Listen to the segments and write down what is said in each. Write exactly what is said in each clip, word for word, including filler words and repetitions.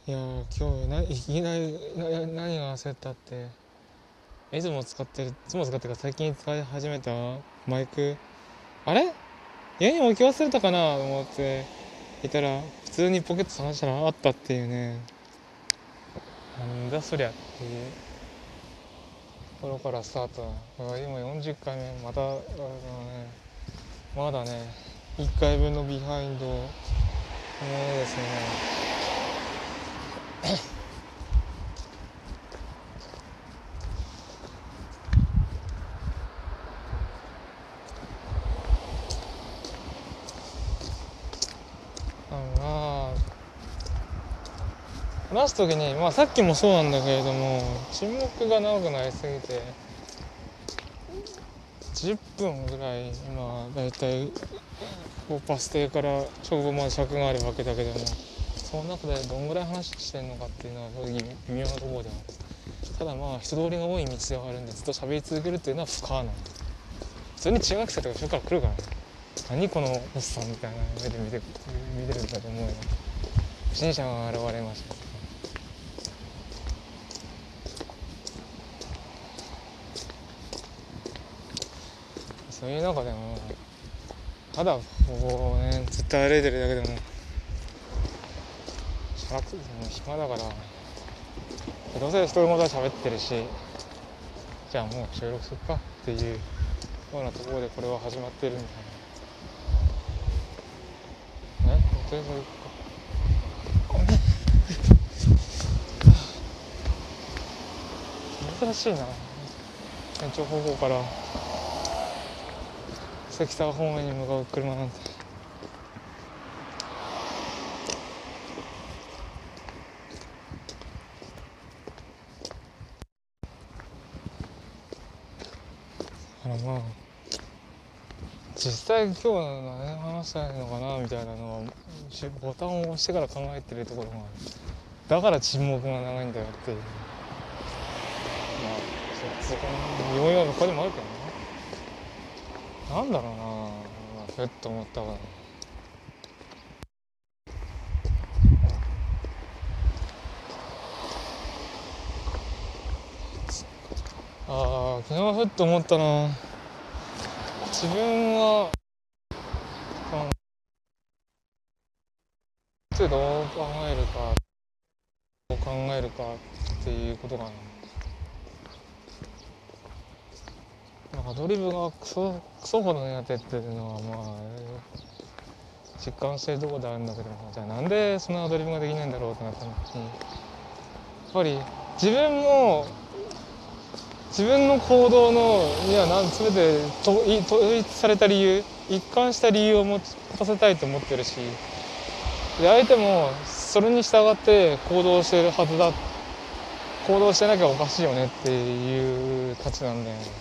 いやー今日ないきなりな何が焦ったって、いつも使ってるいつも使ってるか最近使い始めたマイク、あれ家に置き忘れたかなと思っていたら、普通にポケット探したらあったっていうね。なんだそりゃっていうところからスタートだ。今よんじゅっかいめ、またあのねまだねいっかいぶんのビハインドのものですね。あのまあ話す時に、まあ、さっきもそうなんだけれども、沈黙が長くなりすぎてじゅっぷんぐらい今だいたいバス停から直後まで尺があるわけだけども、その中でどんぐらい話してんのかっていうのは正直微妙なところではある。ただまあ人通りが多い道ではあるんで、ずっと喋り続けるっていうのは不可能。普通に中学生とか後ろから来るからね、何このおっさんみたいな目で見て見てるんだと思うよ。不審者が現れました。そういう中でもただこうねずっと歩いてるだけでもしゃらく暇だから、どうせ一人も喋ってるし、じゃあもう収録するかっていうようなところでこれは始まってるんだよね。とりあえず珍しいな、県庁方向から関沢方面に向かう車なんて。だからまあ実際今日の何話したいのかなみたいなのはボタンを押してから考えてるところがある。だから沈黙が長いんだよっていう。まあそこの要因は他にもあるけどね。なんだろうな、ふっと思ったから。ああ、昨日ふっと思ったな。自分はどう考えるかどう考えるかっていうことかな。なんかアドリブがクソクソほど苦手っていうのはまあ実感してるところであるんだけど、じゃあなんでそのアドリブができないんだろうってなった時に、やっぱり自分も自分の行動のには何全て統一された理由、一貫した理由を持たせたいと思ってるし、で相手もそれに従って行動してるはずだ、行動してなきゃおかしいよねっていう価値なんだよね。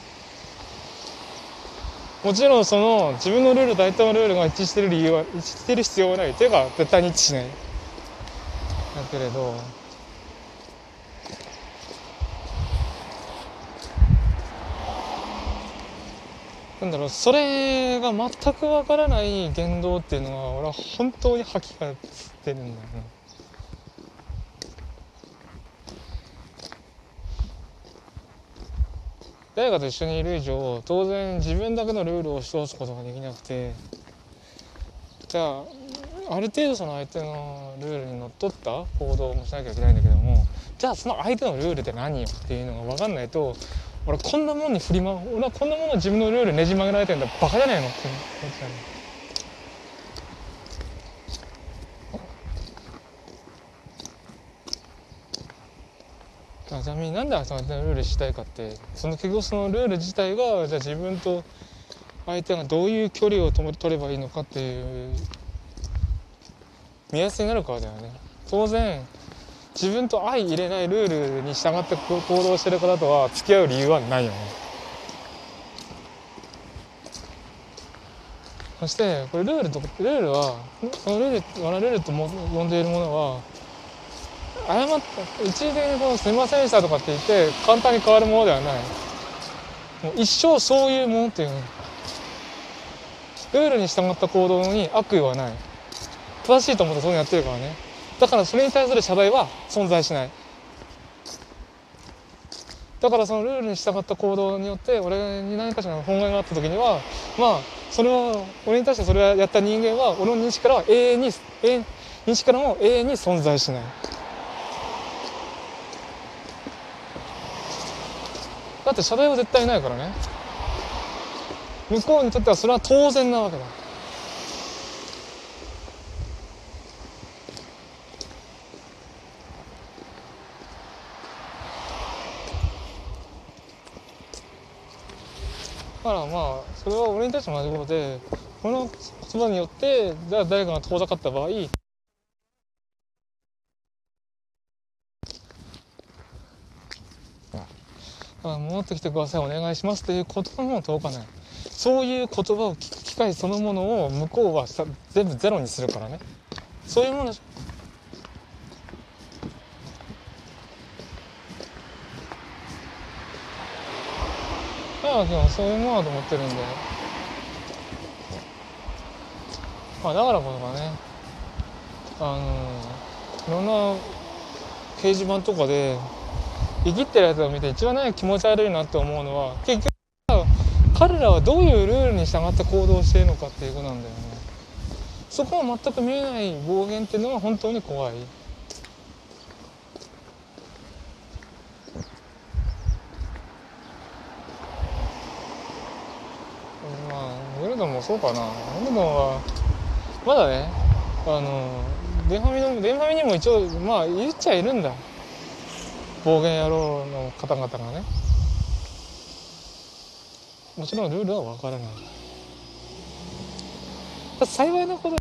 もちろんその自分のルール、大体のルールが一致してる理由は一致してる必要はない。というか絶対に一致しない。だけれどなんだろう、それが全くわからない言動っていうのは俺は本当に吐きが出るんだよね。誰かと一緒にいる以上当然自分だけのルールを通すことができなくて、じゃあある程度その相手のルールにのっとった行動もしなきゃいけないんだけども、じゃあその相手のルールって何よっていうのが分かんないと、俺こんなもんに振りま俺はこんなもの自分のルールねじ曲げられてるんだ、バカじゃねえのって思っちゃう。ちなみになんで相手のルールしたいかって、その結局そのルール自体がじゃあ自分と相手がどういう距離を取ればいいのかっていう目安になるからだよね。当然自分と相入れないルールに従って行動してる方とは付き合う理由はないよね。そしてこれルールとルールはそのルール、我々ルールと呼んでいるものは誤った一時的にこのすみませんでしたとかって言って簡単に変わるものではない。もう一生そういうものっていうの、ルールに従った行動に悪意はない。正しいと思ってそういうのやってるからね。 だからそれに対する謝罪は存在しない。だからそのルールに従った行動によって俺に何かしらの損害があった時には、まあそれは俺に対してそれをやった人間は俺の認識からは永遠に永遠認識からも永遠に存在しない。だって謝罪は絶対ないからね。向こうにとってはそれは当然なわけだ。だからまあそれは俺に対しても同じことで、この言葉によってじゃあ誰かが遠ざかった場合、戻ってきてくださいお願いしますという言葉も届かない。そういう言葉を聞く機会そのものを向こうは全部ゼロにするからね。そういうものでしょ。ああ、でもそういうものだと思ってるんで、まあだからこそがね、あのいろんな掲示板とかで生きってるやつを見て一番ね気持ち悪いなって思うのは、結局彼らはどういうルールに従って行動しているのかっていうことなんだよね。そこは全く見えない暴言っていうのは本当に怖い。まあウェルドンもそうかな。ウェルドンはまだね、あのデンファミのデンファミにも一応まあ言っちゃいるんだ、暴言野郎の方々がね。もちろんルールは分からない。幸いなこと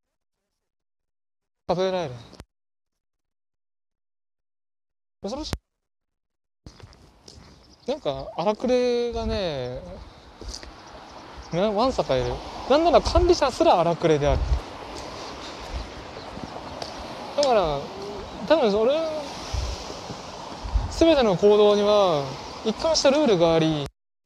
数えられる。恐ろしい。なんか荒くれがねわんさかいる。なんなら管理者すら荒くれである。だから多分それ全ての行動には一貫したルールがあり、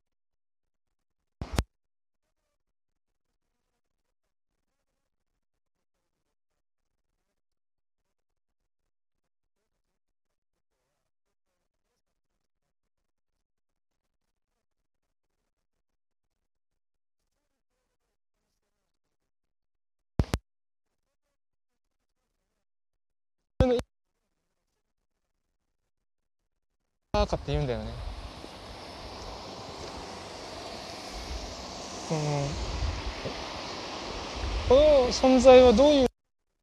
あかって言うんだよね。うん、この存在はどういう、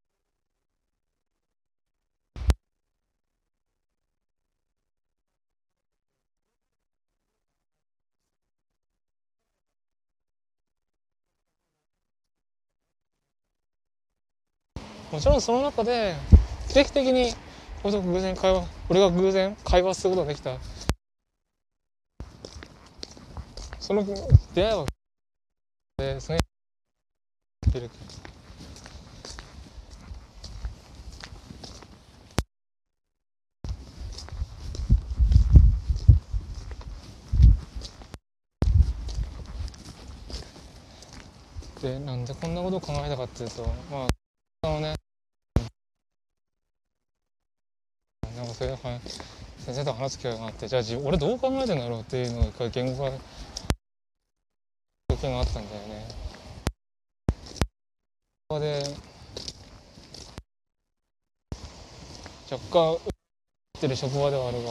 もちろんその中で奇跡的に俺と偶然会話俺が偶然会話することができた、その出会いはですね。でなんでこんなことを考えたかっていうと、まああのね、なんかそういう先生と話す機会があって、じゃあ俺どう考えてんだろうっていうのを一回言語化時があったんだよね。ここで若干ってる職場ではある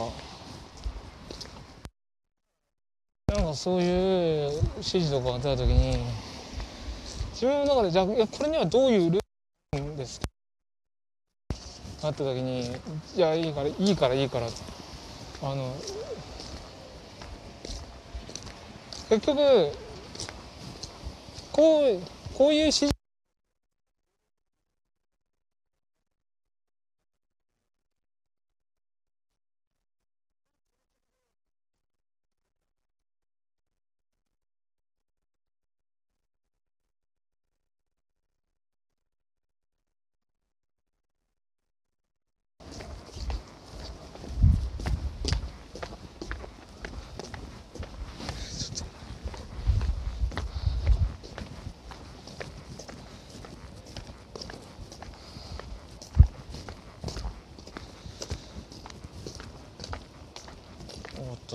が、なんかそういう指示とかが出た時に自分の中でじゃあいやこれにはどういうルールですかなった時に、いやいいからいいからいいからあの結局こうこういう指示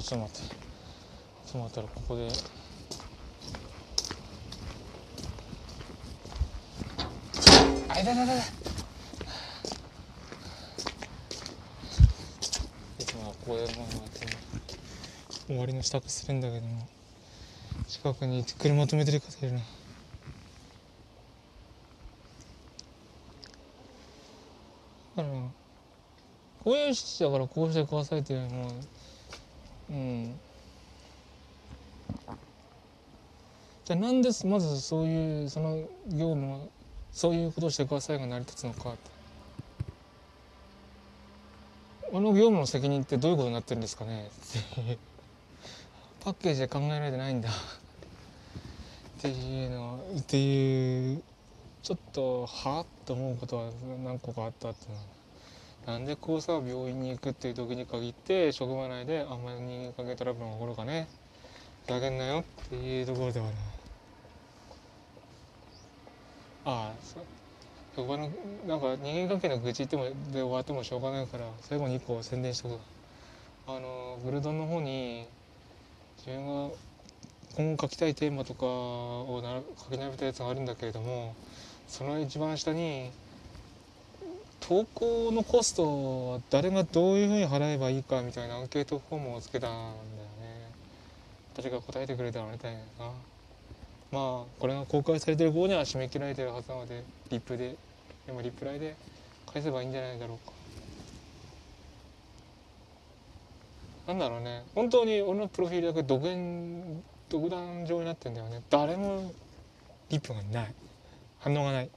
ちょっと待ってちょっと待ったらここであいだいだいだいいつもはここでまあ終わりの支度するんだけども近くに車止めてる方いるな。だからこういう人だからこうしてくださいっていうのもうんじゃあなんでまずそういうその業務そういうことをしてくださいが成り立つのかって、あの業務の責任ってどういうことになってるんですかねってパッケージで考えられてないんだっていうのっていうちょっとはぁと思うことは何個かあったっていうのは、なんでこうさ病院に行くっていう時に限って職場内であんまり人間関係トラブルが起こるかねふざけんなよっていうところではある。ああそう職場のなんか人間関係の愚痴言ってもで終わってもしょうがないから最後にいっこ宣伝しとく。あのグルドンの方に自分が今後書きたいテーマとかをな書き並べたやつがあるんだけれども、その一番下に投稿のコストは誰がどういうふうに払えばいいかみたいなアンケートフォームをつけたんだよね。誰が答えてくれたらみたいな。まあこれが公開されてる方には締め切られてるはずなのでリップででもリプライで返せばいいんじゃないだろうか。なんだろうね、本当に俺のプロフィールだけ独演独断状になってんだよね。誰もリップがない、反応がない。